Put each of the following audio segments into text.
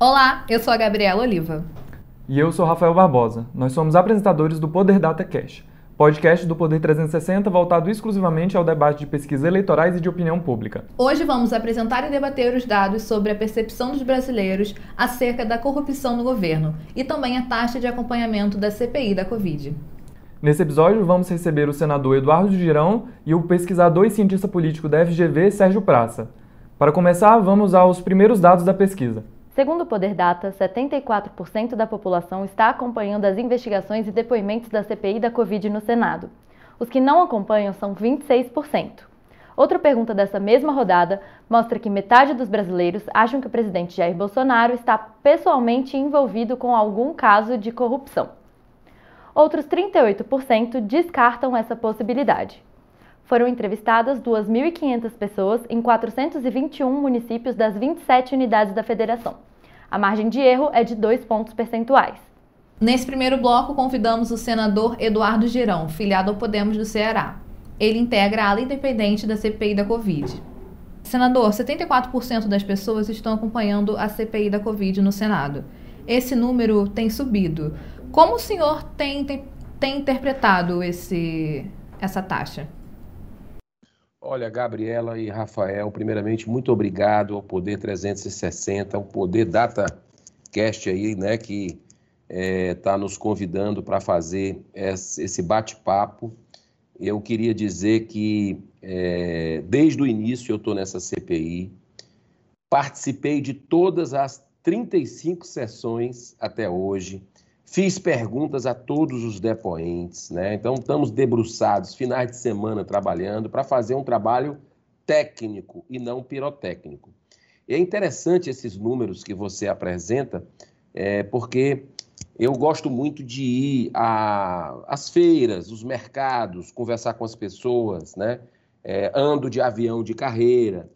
Olá, eu sou a Gabriela Oliva. E eu sou Rafael Barbosa. Nós somos apresentadores do Poder Data Cash, podcast do Poder 360 voltado exclusivamente ao debate de pesquisas eleitorais e de opinião pública. Hoje vamos apresentar e debater os dados sobre a percepção dos brasileiros acerca da corrupção no governo e também a taxa de acompanhamento da CPI da Covid. Nesse episódio, vamos receber o senador Eduardo Girão e o pesquisador e cientista político da FGV, Sérgio Praça. Para começar, vamos aos primeiros dados da pesquisa. Segundo o Poder Data, 74% da população está acompanhando as investigações e depoimentos da CPI da Covid no Senado. Os que não acompanham são 26%. Outra pergunta dessa mesma rodada mostra que metade dos brasileiros acham que o presidente Jair Bolsonaro está pessoalmente envolvido com algum caso de corrupção. Outros 38% descartam essa possibilidade. Foram entrevistadas 2.500 pessoas em 421 municípios das 27 unidades da federação. A margem de erro é de 2 pontos percentuais. Nesse primeiro bloco, convidamos o senador Eduardo Girão, filiado ao Podemos do Ceará. Ele integra a ala independente da CPI da Covid. Senador, 74% das pessoas estão acompanhando a CPI da Covid no Senado. Esse número tem subido. Como o senhor tem interpretado essa taxa? Olha, Gabriela e Rafael, primeiramente, muito obrigado ao Poder 360, ao Poder DataCast aí, né, que está nos convidando para fazer esse bate-papo. Eu queria dizer que, desde o início, eu estou nessa CPI, participei de todas as 35 sessões até hoje, fiz perguntas a todos os depoentes, né? Então, estamos debruçados, finais de semana trabalhando para fazer um trabalho técnico e não pirotécnico. E é interessante esses números que você apresenta, porque eu gosto muito de ir às feiras, os mercados, conversar com as pessoas, né? Ando de avião de carreira.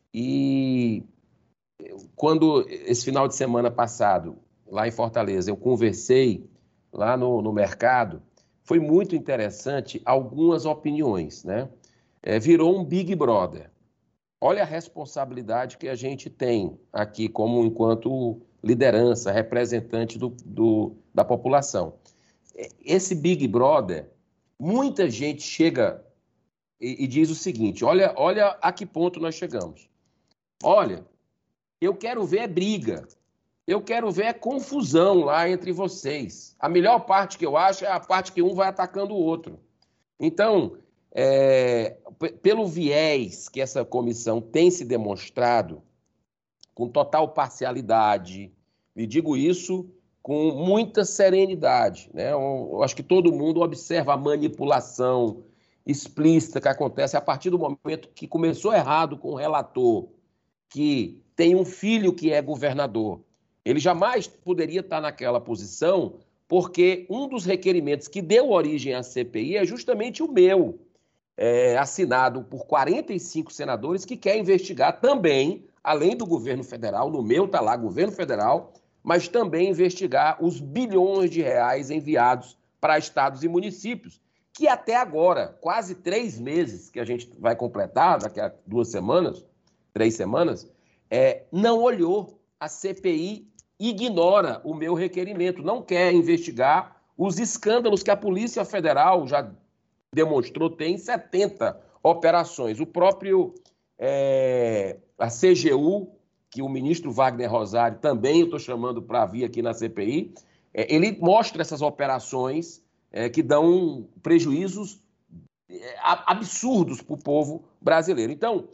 E quando esse final de semana passado, lá em Fortaleza, eu conversei lá no mercado, foi muito interessante algumas opiniões, né? Virou um Big Brother. Olha a responsabilidade que a gente tem aqui como enquanto liderança, representante da população. Esse Big Brother, muita gente chega e diz o seguinte, olha a que ponto nós chegamos. Olha, eu quero ver briga. Eu quero ver confusão lá entre vocês. A melhor parte que eu acho é a parte que um vai atacando o outro. Então, pelo viés que essa comissão tem se demonstrado, com total parcialidade, e digo isso com muita serenidade, né? Eu acho que todo mundo observa a manipulação explícita que acontece a partir do momento que começou errado com o relator, que tem um filho que é governador. Ele jamais poderia estar naquela posição, porque um dos requerimentos que deu origem à CPI é justamente o meu, assinado por 45 senadores que quer investigar também, além do governo federal, no meu está lá governo federal, mas também investigar os bilhões de reais enviados para estados e municípios, que até agora, quase 3 meses que a gente vai completar, daqui a 3 semanas, não olhou. A CPI ignora o meu requerimento, não quer investigar os escândalos que a Polícia Federal já demonstrou ter em 70 operações. O próprio, a CGU, que o ministro Wagner Rosário também eu estou chamando para vir aqui na CPI, ele mostra essas operações que dão prejuízos absurdos para o povo brasileiro. Então,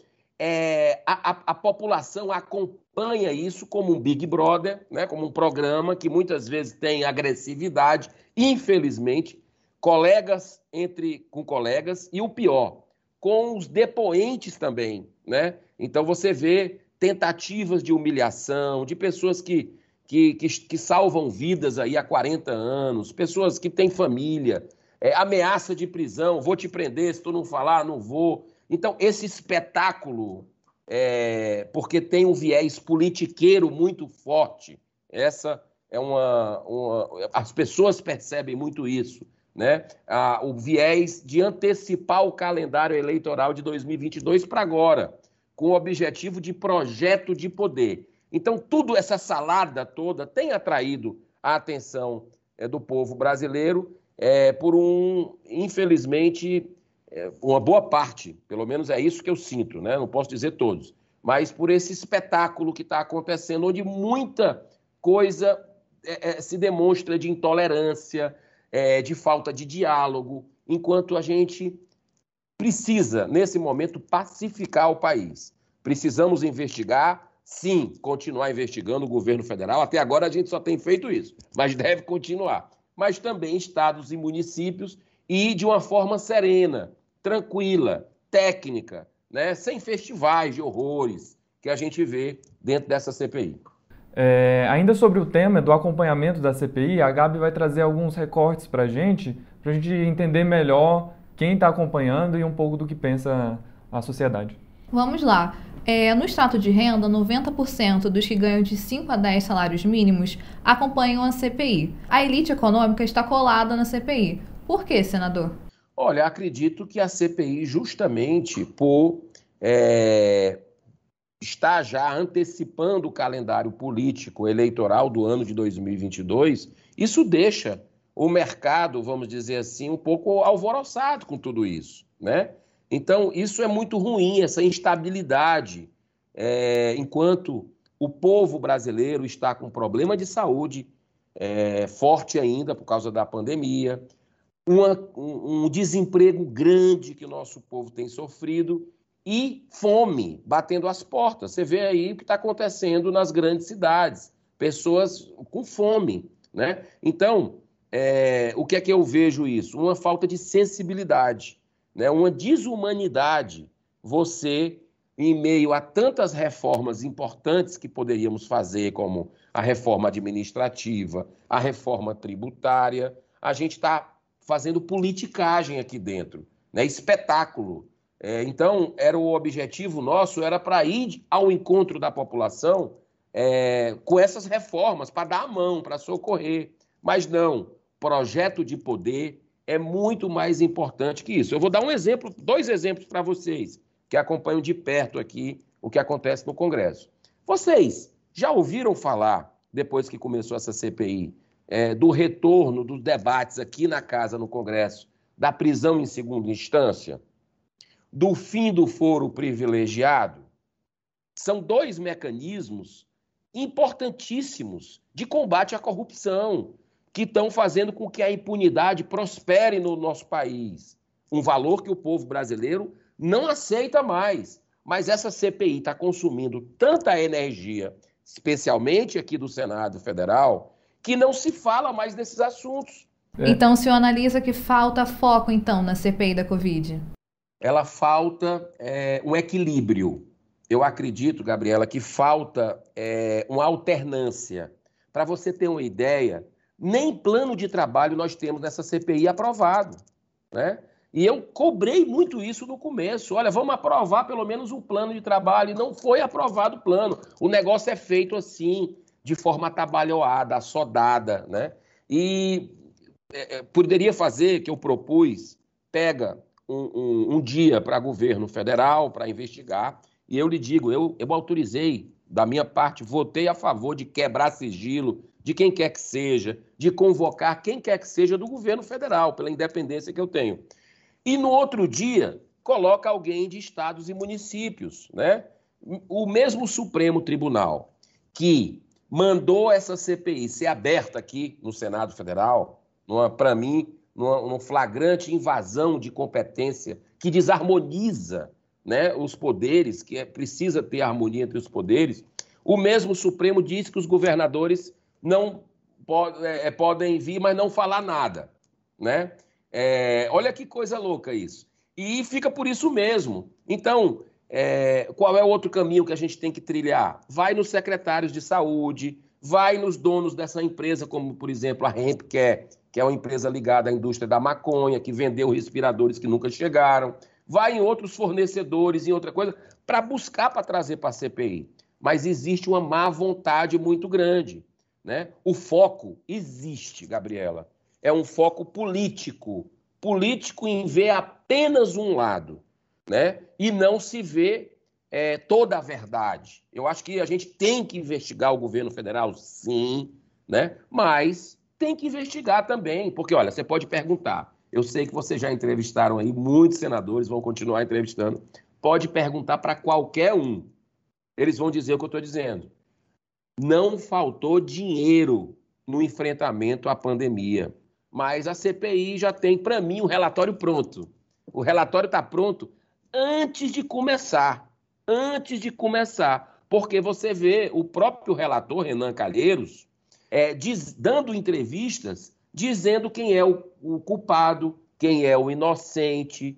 a população acompanha isso como um Big Brother, né, como um programa que muitas vezes tem agressividade, infelizmente, colegas com colegas e o pior, com os depoentes também, né? Então você vê tentativas de humilhação, de pessoas que salvam vidas aí há 40 anos, pessoas que têm família, ameaça de prisão, vou te prender, se tu não falar, não vou. Então, esse espetáculo, porque tem um viés politiqueiro muito forte, essa é as pessoas percebem muito isso, né? O viés de antecipar o calendário eleitoral de 2022 para agora, com o objetivo de projeto de poder. Então, tudo essa salada toda tem atraído a atenção do povo brasileiro por infelizmente, uma boa parte, pelo menos é isso que eu sinto, né? Não posso dizer todos, mas por esse espetáculo que está acontecendo, onde muita coisa se demonstra de intolerância, de falta de diálogo, enquanto a gente precisa, nesse momento, pacificar o país. Precisamos investigar, sim, continuar investigando o governo federal. Até agora a gente só tem feito isso, mas deve continuar. Mas também estados e municípios e de uma forma serena, tranquila, técnica, né? Sem festivais de horrores que a gente vê dentro dessa CPI. Ainda sobre o tema do acompanhamento da CPI, a Gabi vai trazer alguns recortes para a gente entender melhor quem está acompanhando e um pouco do que pensa a sociedade. Vamos lá. No extrato de renda, 90% dos que ganham de 5 a 10 salários mínimos acompanham a CPI. A elite econômica está colada na CPI. Por quê, senador? Olha, acredito que a CPI, justamente por está já antecipando o calendário político eleitoral do ano de 2022, isso deixa o mercado, vamos dizer assim, um pouco alvoroçado com tudo isso, né? Então, isso é muito ruim, essa instabilidade, enquanto o povo brasileiro está com problema de saúde forte ainda por causa da pandemia, um desemprego grande que o nosso povo tem sofrido, e fome batendo as portas. Você vê aí o que está acontecendo nas grandes cidades, pessoas com fome, né? Então, o que é que eu vejo isso? Uma falta de sensibilidade, né? Uma desumanidade. Você, em meio a tantas reformas importantes que poderíamos fazer, como a reforma administrativa, a reforma tributária, a gente está fazendo politicagem aqui dentro, né? Espetáculo. Então, o objetivo nosso era para ir ao encontro da população com essas reformas, para dar a mão, para socorrer. Mas não, projeto de poder é muito mais importante que isso. Eu vou dar dois exemplos para vocês, que acompanham de perto aqui o que acontece no Congresso. Vocês já ouviram falar, depois que começou essa CPI, do retorno dos debates aqui na Casa, no Congresso, da prisão em segunda instância? Do fim do foro privilegiado? São dois mecanismos importantíssimos de combate à corrupção, que estão fazendo com que a impunidade prospere no nosso país. Um valor que o povo brasileiro não aceita mais. Mas essa CPI está consumindo tanta energia, especialmente aqui do Senado Federal, que não se fala mais desses assuntos. Então, o senhor analisa que falta foco, então, na CPI da Covid? Ela falta um equilíbrio. Eu acredito, Gabriela, que falta uma alternância. Para você ter uma ideia, nem plano de trabalho nós temos nessa CPI aprovado, né? E eu cobrei muito isso no começo. Olha, vamos aprovar pelo menos um plano de trabalho. E não foi aprovado o plano. O negócio é feito assim, de forma atabalhoada, assodada, né? E poderia fazer, que eu propus, pega um dia para governo federal, para investigar, e eu lhe digo, eu autorizei, da minha parte, votei a favor de quebrar sigilo de quem quer que seja, de convocar quem quer que seja do governo federal, pela independência que eu tenho. E no outro dia, coloca alguém de estados e municípios, né? O mesmo Supremo Tribunal que mandou essa CPI ser aberta aqui no Senado Federal, para mim, numa flagrante invasão de competência que desarmoniza, né, os poderes, que precisa ter harmonia entre os poderes. O mesmo Supremo diz que os governadores não podem vir, mas não falar nada, né? Olha que coisa louca isso. E fica por isso mesmo. Então, qual é o outro caminho que a gente tem que trilhar? Vai nos secretários de saúde, vai nos donos dessa empresa, como, por exemplo, a Hempcare, que é uma empresa ligada à indústria da maconha, que vendeu respiradores que nunca chegaram, vai em outros fornecedores, em outra coisa, para buscar, para trazer para a CPI. Mas existe uma má vontade muito grande, né? O foco existe, Gabriela. É um foco político em ver apenas um lado, né? E não se vê toda a verdade. Eu acho que a gente tem que investigar o governo federal, sim, né? Mas tem que investigar também, porque, olha, você pode perguntar. Eu sei que vocês já entrevistaram aí muitos senadores, vão continuar entrevistando. Pode perguntar para qualquer um. Eles vão dizer o que eu estou dizendo. Não faltou dinheiro no enfrentamento à pandemia, mas a CPI já tem, para mim, o relatório pronto. O relatório está pronto antes de começar. Antes de começar. Porque você vê o próprio relator, Renan Calheiros, dando entrevistas, dizendo quem é o culpado, quem é o inocente.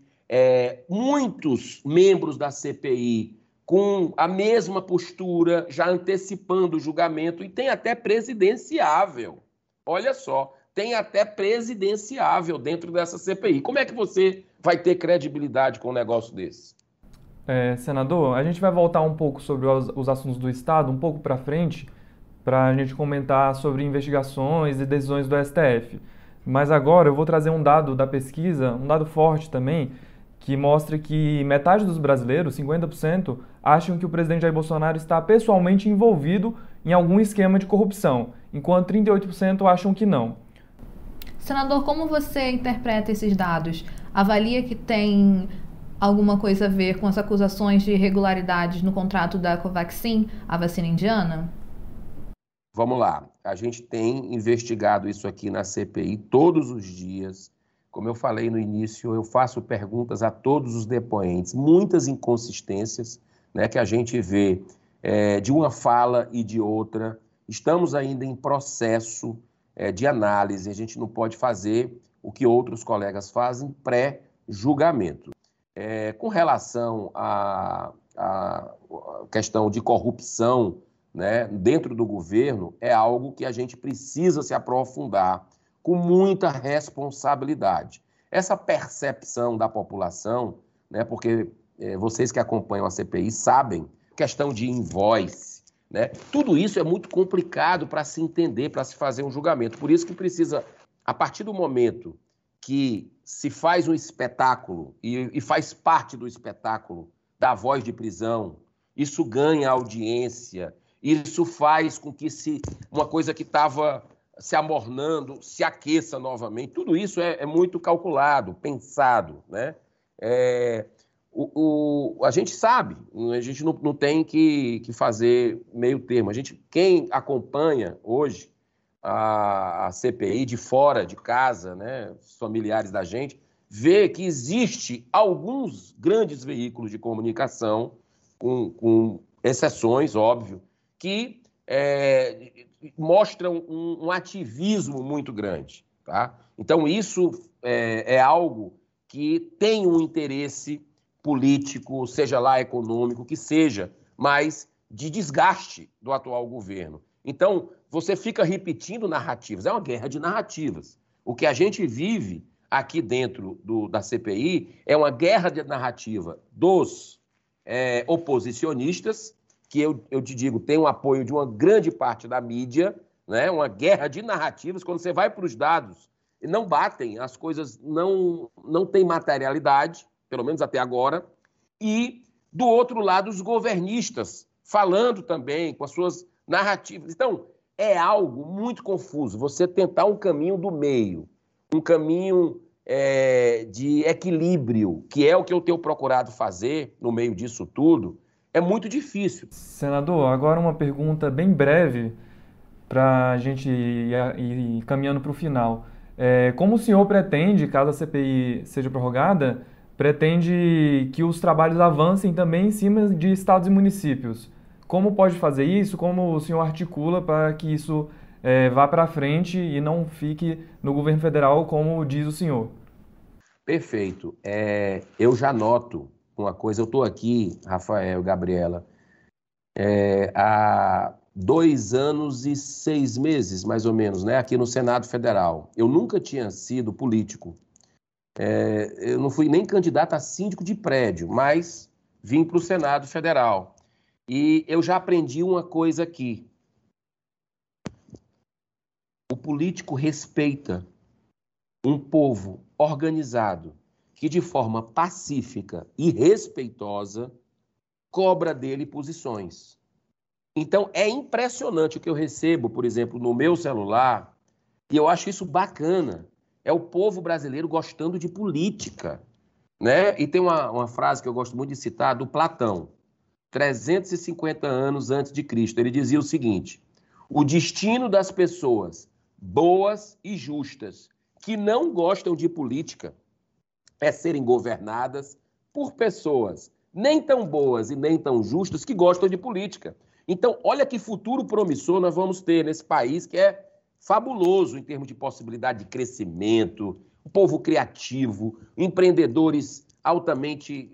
Muitos membros da CPI com a mesma postura, já antecipando o julgamento, e tem até presidenciável. Olha só, tem até presidenciável dentro dessa CPI. Como é que você vai ter credibilidade com um negócio desse? Senador, a gente vai voltar um pouco sobre os assuntos do Estado, um pouco para frente, para a gente comentar sobre investigações e decisões do STF. Mas agora eu vou trazer um dado da pesquisa, um dado forte também, que mostra que metade dos brasileiros, 50%, acham que o presidente Jair Bolsonaro está pessoalmente envolvido em algum esquema de corrupção, enquanto 38% acham que não. Senador, como você interpreta esses dados? Avalia que tem alguma coisa a ver com as acusações de irregularidades no contrato da Covaxin, a vacina indiana? Vamos lá. A gente tem investigado isso aqui na CPI todos os dias. Como eu falei no início, eu faço perguntas a todos os depoentes, muitas inconsistências, né, que a gente vê de uma fala e de outra. Estamos ainda em processo de análise, a gente não pode fazer o que outros colegas fazem pré-julgamento. Com relação à questão de corrupção, né, dentro do governo, é algo que a gente precisa se aprofundar com muita responsabilidade. Essa percepção da população, né, porque vocês que acompanham a CPI sabem, questão de invoice, né, tudo isso é muito complicado para se entender, para se fazer um julgamento. Por isso que precisa, a partir do momento que se faz um espetáculo e faz parte do espetáculo da voz de prisão, isso ganha audiência, isso faz com que uma coisa que estava se amornando, se aqueça novamente. Tudo isso é muito calculado, pensado, né? A gente sabe, a gente não tem que fazer meio termo. Quem acompanha hoje a CPI de fora de casa, né, os familiares da gente, vê que existe alguns grandes veículos de comunicação, com exceções, óbvio, que mostram um ativismo muito grande. Tá? Então, isso é algo que tem um interesse político, seja lá econômico, que seja, mas de desgaste do atual governo. Então, você fica repetindo narrativas, é uma guerra de narrativas. O que a gente vive aqui dentro da CPI é uma guerra de narrativa dos oposicionistas, que eu te digo, tem o apoio de uma grande parte da mídia, né? Uma guerra de narrativas. Quando você vai para os dados, não batem, as coisas não têm materialidade, pelo menos até agora, e, do outro lado, os governistas, falando também com as suas narrativas. Então, é algo muito confuso, você tentar um caminho do meio, um caminho de equilíbrio, que é o que eu tenho procurado fazer no meio disso tudo, é muito difícil. Senador, agora uma pergunta bem breve para a gente ir caminhando para o final. Como o senhor pretende, caso a CPI seja prorrogada, pretende que os trabalhos avancem também em cima de estados e municípios? Como pode fazer isso? Como o senhor articula para que isso vá para frente e não fique no governo federal, como diz o senhor? Perfeito. Eu já noto uma coisa, eu estou aqui, Rafael, Gabriela, há 2 anos e 6 meses, mais ou menos, né, aqui no Senado Federal. Eu nunca tinha sido político. Eu não fui nem candidato a síndico de prédio, mas vim para o Senado Federal. E eu já aprendi uma coisa aqui. O político respeita um povo organizado que, de forma pacífica e respeitosa, cobra dele posições. Então, é impressionante o que eu recebo, por exemplo, no meu celular, e eu acho isso bacana. É o povo brasileiro gostando de política, né? E tem uma frase que eu gosto muito de citar, do Platão, 350 anos antes de Cristo. Ele dizia o seguinte: o destino das pessoas boas e justas que não gostam de política é serem governadas por pessoas nem tão boas e nem tão justas que gostam de política. Então, olha que futuro promissor nós vamos ter nesse país que é fabuloso em termos de possibilidade de crescimento, um povo criativo, empreendedores altamente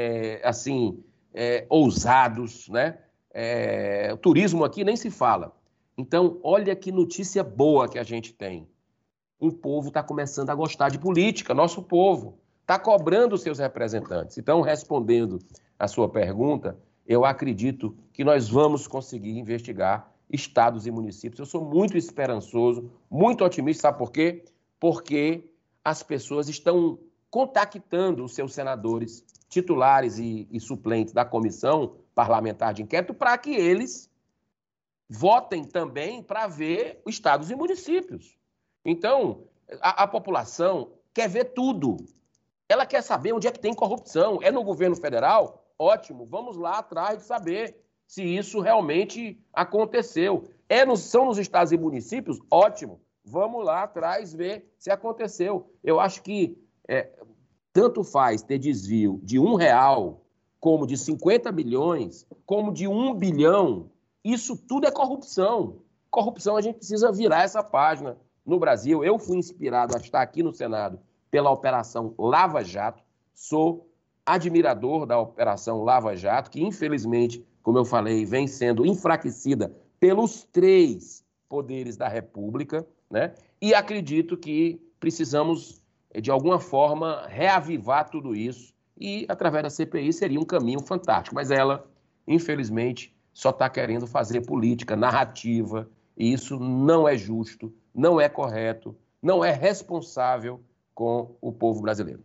ousados, né? O turismo aqui nem se fala. Então, olha que notícia boa que a gente tem. Um povo está começando a gostar de política, nosso povo está cobrando os seus representantes. Então, respondendo a sua pergunta, eu acredito que nós vamos conseguir investigar estados e municípios. Eu sou muito esperançoso, muito otimista, sabe por quê? Porque as pessoas estão contactando os seus senadores titulares e suplentes da comissão parlamentar de inquérito para que eles votem também para ver estados e municípios. Então, a população quer ver tudo. Ela quer saber onde é que tem corrupção. É no governo federal? Ótimo, vamos lá atrás de saber se isso realmente aconteceu. São nos estados e municípios? Ótimo, vamos lá atrás ver se aconteceu. Eu acho que tanto faz ter desvio de R$1, como de 50 bilhões, como de 1 bilhão. Isso tudo é corrupção. Corrupção, a gente precisa virar essa página no Brasil. Eu fui inspirado a estar aqui no Senado pela Operação Lava Jato. Sou admirador da Operação Lava Jato, que infelizmente, como eu falei, vem sendo enfraquecida pelos 3 poderes da República, né? E acredito que precisamos, de alguma forma, reavivar tudo isso e, através da CPI, seria um caminho fantástico. Mas ela, infelizmente, só está querendo fazer política narrativa, e isso não é justo, não é correto, não é responsável com o povo brasileiro.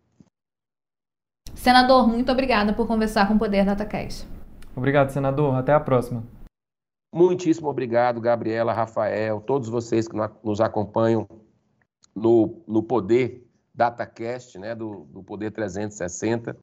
Senador, muito obrigada por conversar com o Poder DataCast. Obrigado, senador. Até a próxima. Muitíssimo obrigado, Gabriela, Rafael, todos vocês que nos acompanham no Poder DataCast, né, do Poder 360.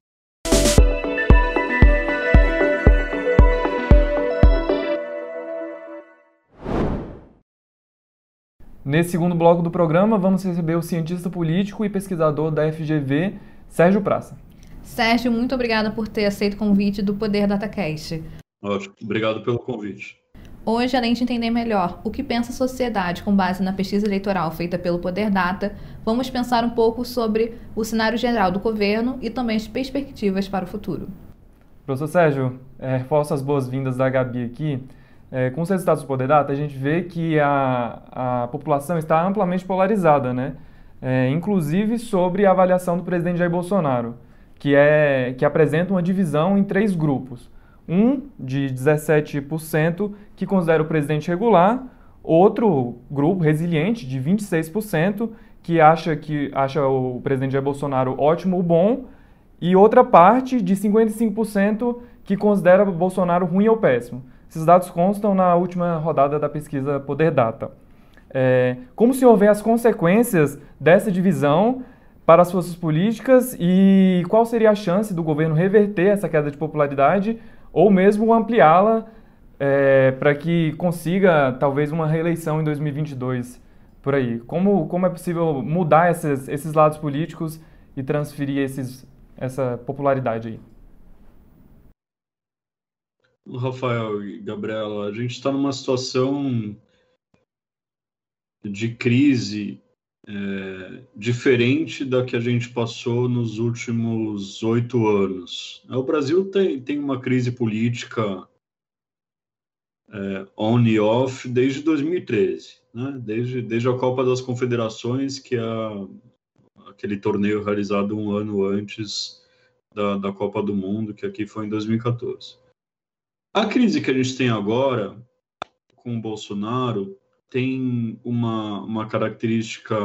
Nesse segundo bloco do programa, vamos receber o cientista político e pesquisador da FGV, Sérgio Praça. Sérgio, muito obrigada por ter aceito o convite do Poder DataCast. Ótimo, obrigado pelo convite. Hoje, além de entender melhor o que pensa a sociedade com base na pesquisa eleitoral feita pelo Poder Data, vamos pensar um pouco sobre o cenário geral do governo e também as perspectivas para o futuro. Professor Sérgio, reforço as boas-vindas da Gabi aqui. Com os resultados do Poder Data, a gente vê que a população está amplamente polarizada, né? Inclusive sobre a avaliação do presidente Jair Bolsonaro, que apresenta uma divisão em 3 grupos. Um de 17% que considera o presidente regular, outro grupo resiliente de 26% que acha o presidente Jair Bolsonaro ótimo ou bom, e outra parte de 55% que considera o Bolsonaro ruim ou péssimo. Esses dados constam na última rodada da pesquisa Poder Data. Como o senhor vê as consequências dessa divisão para as forças políticas e qual seria a chance do governo reverter essa queda de popularidade ou mesmo ampliá-la para que consiga talvez uma reeleição em 2022, por aí? Como é possível mudar esses lados políticos e transferir essa popularidade aí? Rafael e Gabriela, a gente está numa situação de crise diferente da que a gente passou nos últimos 8 anos. O Brasil tem uma crise política on e off desde 2013, né? Desde a Copa das Confederações, que é aquele torneio realizado um ano antes da Copa do Mundo, que aqui foi em 2014. A crise que a gente tem agora com o Bolsonaro tem uma característica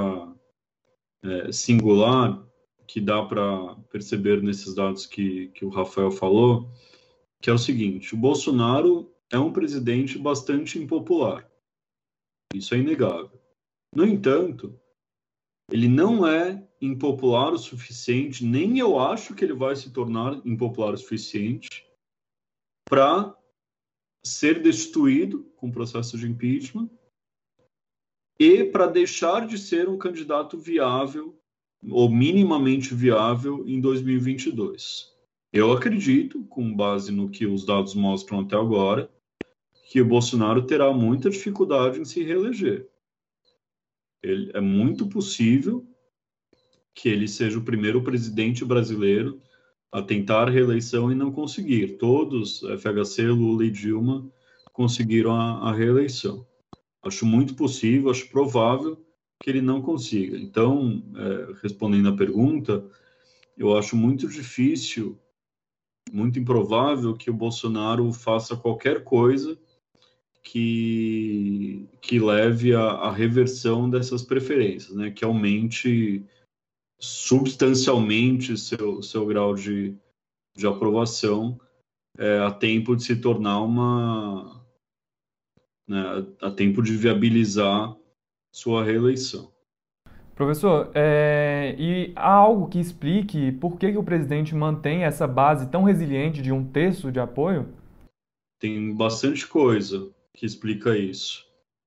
singular que dá para perceber nesses dados que o Rafael falou, que é o seguinte: o Bolsonaro é um presidente bastante impopular. Isso é inegável. No entanto, ele não é impopular o suficiente, nem eu acho que ele vai se tornar impopular o suficiente para ser destituído com o processo de impeachment e para deixar de ser um candidato viável ou minimamente viável em 2022. Eu acredito, com base no que os dados mostram até agora, que o Bolsonaro terá muita dificuldade em se reeleger. É muito possível que ele seja o primeiro presidente brasileiro a tentar reeleição e não conseguir. Todos, FHC, Lula e Dilma, conseguiram a reeleição. Acho muito possível, acho provável que ele não consiga. Então, respondendo à pergunta, eu acho muito difícil, muito improvável que o Bolsonaro faça qualquer coisa que leve à reversão dessas preferências, né? Que aumente substancialmente seu grau de aprovação a tempo de se tornar né, a tempo de viabilizar sua reeleição. Professor, e há algo que explique por que o presidente mantém essa base tão resiliente de 1/3 de apoio? Tem bastante coisa que explica isso.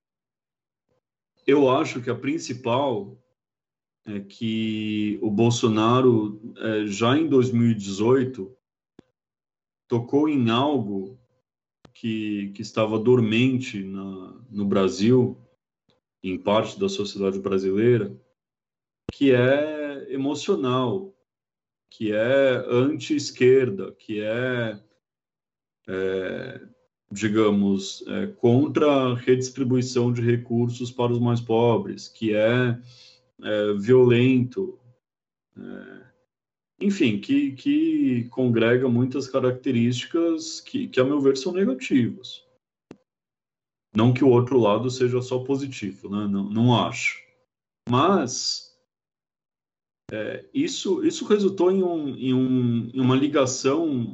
Eu acho que a principal é que o Bolsonaro, já em 2018, tocou em algo que estava dormente no Brasil, em parte da sociedade brasileira, que é emocional, que é anti-esquerda, que digamos, contra a redistribuição de recursos para os mais pobres, que é violento, enfim, que congrega muitas características que, a meu ver, são negativas. Não que o outro lado seja só positivo, né? Não acho. Mas isso resultou em uma ligação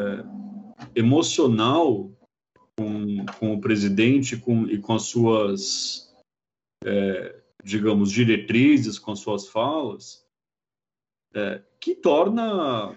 emocional com o presidente e com as suas, digamos, diretrizes, com as suas falas, que torna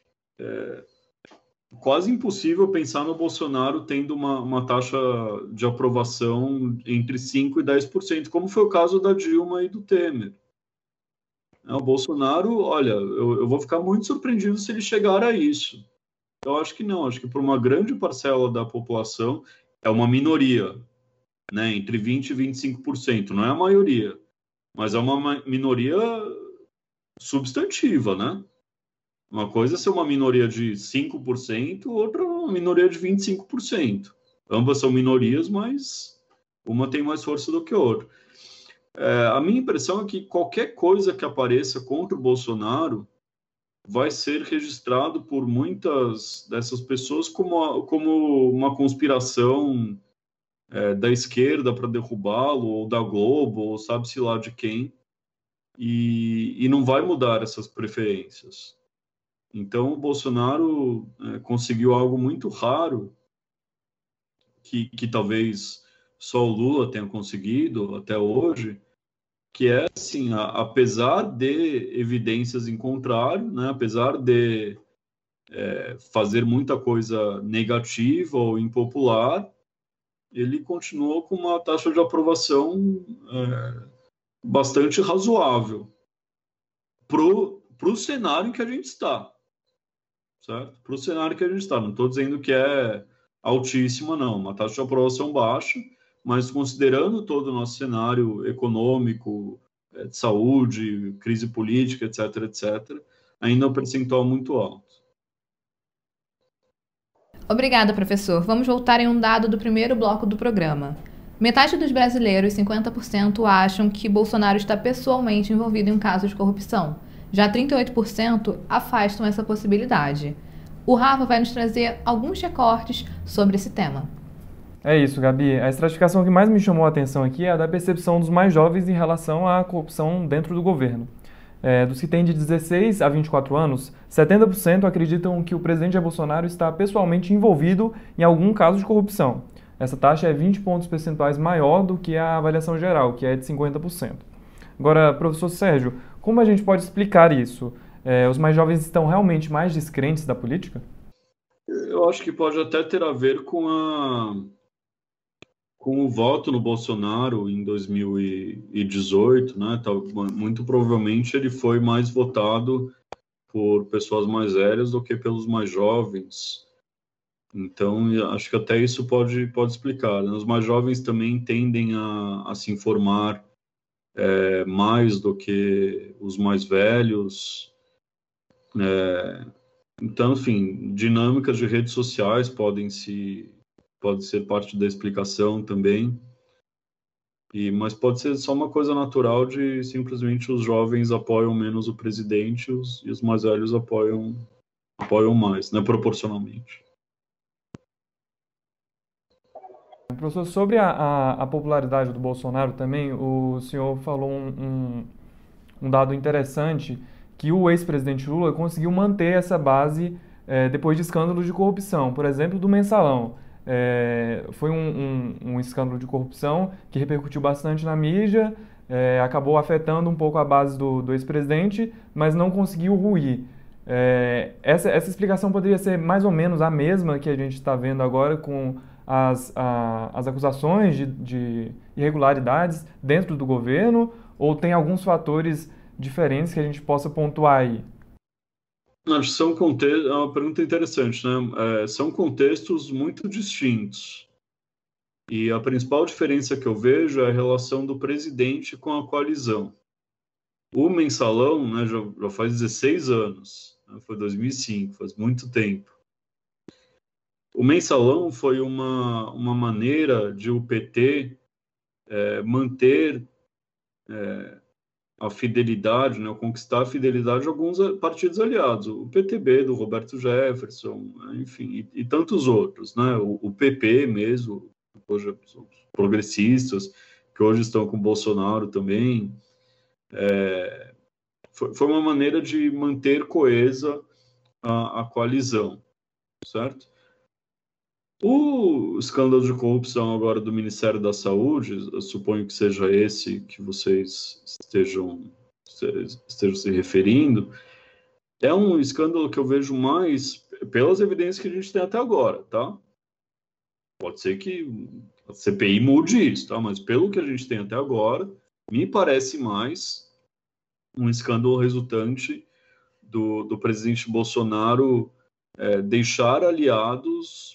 quase impossível pensar no Bolsonaro tendo uma taxa de aprovação entre 5% e 10%, como foi o caso da Dilma e do Temer. O Bolsonaro, olha, eu vou ficar muito surpreendido se ele chegar a isso. Eu acho que não, acho que por uma grande parcela da população é uma minoria, né, entre 20% e 25%, não é a maioria, mas é uma minoria substantiva, né? Uma coisa é ser uma minoria de 5%, outra uma minoria de 25%. Ambas são minorias, mas uma tem mais força do que a outra. A minha impressão é que qualquer coisa que apareça contra o Bolsonaro vai ser registrado por muitas dessas pessoas como uma conspiração da esquerda para derrubá-lo, ou da Globo, ou sabe-se lá de quem, e não vai mudar essas preferências. Então, o Bolsonaro conseguiu algo muito raro, que talvez só o Lula tenha conseguido até hoje, que é, assim, apesar de evidências em contrário, né, apesar de fazer muita coisa negativa ou impopular, ele continuou com uma taxa de aprovação bastante razoável para o cenário em que a gente está. Certo? Para o cenário que a gente está. Não estou dizendo que é altíssima, não. Uma taxa de aprovação baixa, mas considerando todo o nosso cenário econômico, de saúde, crise política, etc., etc., ainda é um percentual muito alto. Obrigada, professor. Vamos voltar em um dado do primeiro bloco do programa. Metade dos brasileiros, 50%, acham que Bolsonaro está pessoalmente envolvido em um caso de corrupção. Já 38% afastam essa possibilidade. O Rafa vai nos trazer alguns recortes sobre esse tema. É isso, Gabi. A estratificação que mais me chamou a atenção aqui é a da percepção dos mais jovens em relação à corrupção dentro do governo. Dos que têm de 16 a 24 anos, 70% acreditam que o presidente Jair Bolsonaro está pessoalmente envolvido em algum caso de corrupção. Essa taxa é 20 pontos percentuais maior do que a avaliação geral, que é de 50%. Agora, professor Sérgio, como a gente pode explicar isso? Os mais jovens estão realmente mais descrentes da política? Eu acho que pode até ter a ver com o voto no Bolsonaro em 2018, né? Muito provavelmente ele foi mais votado por pessoas mais velhas do que pelos mais jovens. Então, acho que até isso pode explicar, né? Os mais jovens também tendem a se informar mais do que os mais velhos. Então, enfim, dinâmicas de redes sociais pode ser parte da explicação também. Mas pode ser só uma coisa natural de simplesmente os jovens apoiam menos o presidente e os mais velhos apoiam mais, né, proporcionalmente. Professor, sobre a popularidade do Bolsonaro também, o senhor falou um dado interessante, que o ex-presidente Lula conseguiu manter essa base depois de escândalos de corrupção, por exemplo, do Mensalão. Foi um escândalo de corrupção que repercutiu bastante na mídia, acabou afetando um pouco a base do ex-presidente, mas não conseguiu ruir. Essa explicação poderia ser mais ou menos a mesma que a gente está vendo agora com as acusações de irregularidades dentro do governo, ou tem alguns fatores diferentes que a gente possa pontuar aí? Acho que é uma pergunta interessante, né? São contextos muito distintos. E a principal diferença que eu vejo é a relação do presidente com a coalizão. O Mensalão, né, já faz 16 anos, né? Foi 2005, faz muito tempo. O Mensalão foi uma maneira de o PT manter a fidelidade, né, conquistar a fidelidade de alguns partidos aliados, o PTB do Roberto Jefferson, enfim, e tantos outros, né, o PP mesmo, hoje os progressistas, que hoje estão com o Bolsonaro também. Foi uma maneira de manter coesa a coalizão, certo? O escândalo de corrupção agora do Ministério da Saúde, eu suponho que seja esse que vocês estejam se referindo, é um escândalo que eu vejo mais pelas evidências que a gente tem até agora, tá? Pode ser que a CPI mude isso, tá? Mas pelo que a gente tem até agora, me parece mais um escândalo resultante do presidente Bolsonaro deixar aliados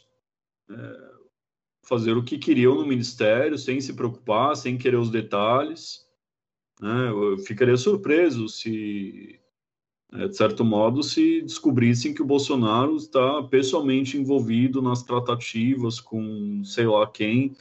fazer o que queriam no ministério, sem se preocupar, sem querer os detalhes, né? Eu ficaria surpreso se, de certo modo, se descobrissem que o Bolsonaro está pessoalmente envolvido nas tratativas com sei lá quem.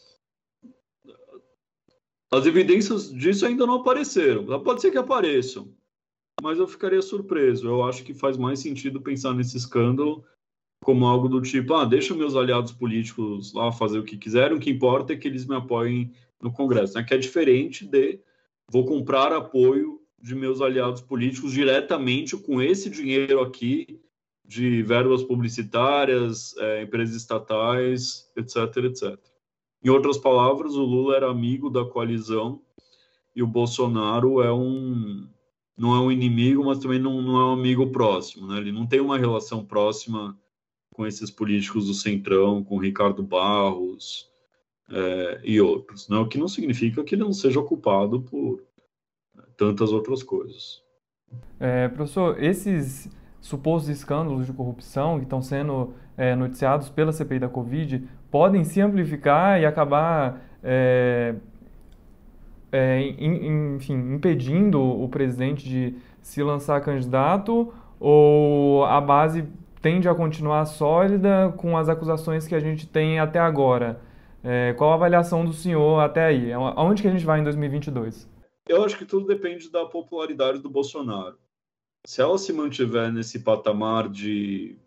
As evidências disso ainda não apareceram. Pode ser que apareçam, mas eu ficaria surpreso. Eu acho que faz mais sentido pensar nesse escândalo como algo do tipo, deixa meus aliados políticos lá fazer o que quiserem, o que importa é que eles me apoiem no Congresso, né? Que é diferente de vou comprar apoio de meus aliados políticos diretamente com esse dinheiro aqui de verbas publicitárias, empresas estatais, etc, etc. Em outras palavras, o Lula era amigo da coalizão e o Bolsonaro não é um inimigo, mas também não é um amigo próximo, né? Ele não tem uma relação próxima com esses políticos do Centrão, com Ricardo Barros e outros, né? O que não significa que ele não seja culpado por tantas outras coisas. Professor, esses supostos escândalos de corrupção que estão sendo noticiados pela CPI da Covid podem se amplificar e acabar enfim, impedindo o presidente de se lançar candidato, ou a base tende a continuar sólida com as acusações que a gente tem até agora? Qual a avaliação do senhor até aí? Aonde que a gente vai em 2022? Eu acho que tudo depende da popularidade do Bolsonaro. Se ela se mantiver nesse patamar de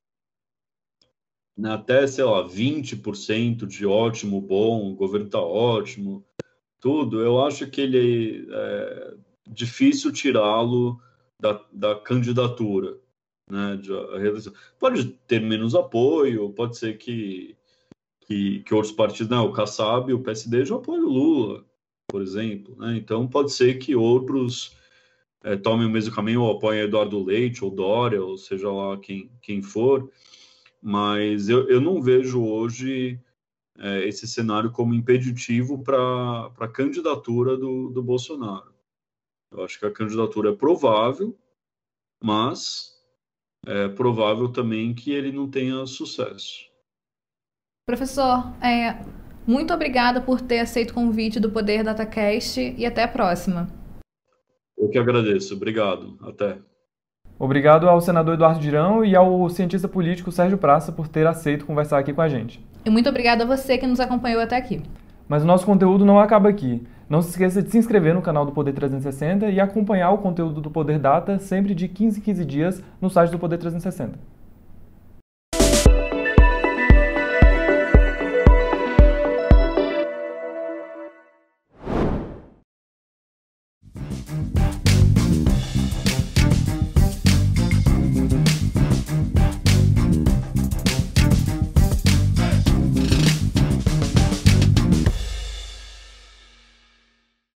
até, sei lá, 20% de ótimo, bom, o governo está ótimo, tudo, eu acho que ele é difícil tirá-lo da candidatura, né, de a reeleição. Pode ter menos apoio, pode ser que outros partidos, o Kassab, o PSD já apoiam o Lula, por exemplo, né? Então pode ser que outros tomem o mesmo caminho, ou apoiem Eduardo Leite, ou Dória, ou seja lá quem for, mas eu não vejo hoje esse cenário como impeditivo para a candidatura do Bolsonaro. Eu acho que a candidatura é provável, mas é provável também que ele não tenha sucesso. Professor, muito obrigada por ter aceito o convite do Poder DataCast e até a próxima. Eu que agradeço. Obrigado. Até. Obrigado ao senador Eduardo Girão e ao cientista político Sérgio Praça por ter aceito conversar aqui com a gente. E muito obrigada a você que nos acompanhou até aqui. Mas o nosso conteúdo não acaba aqui. Não se esqueça de se inscrever no canal do Poder 360 e acompanhar o conteúdo do Poder Data sempre de 15 em 15 dias no site do Poder 360.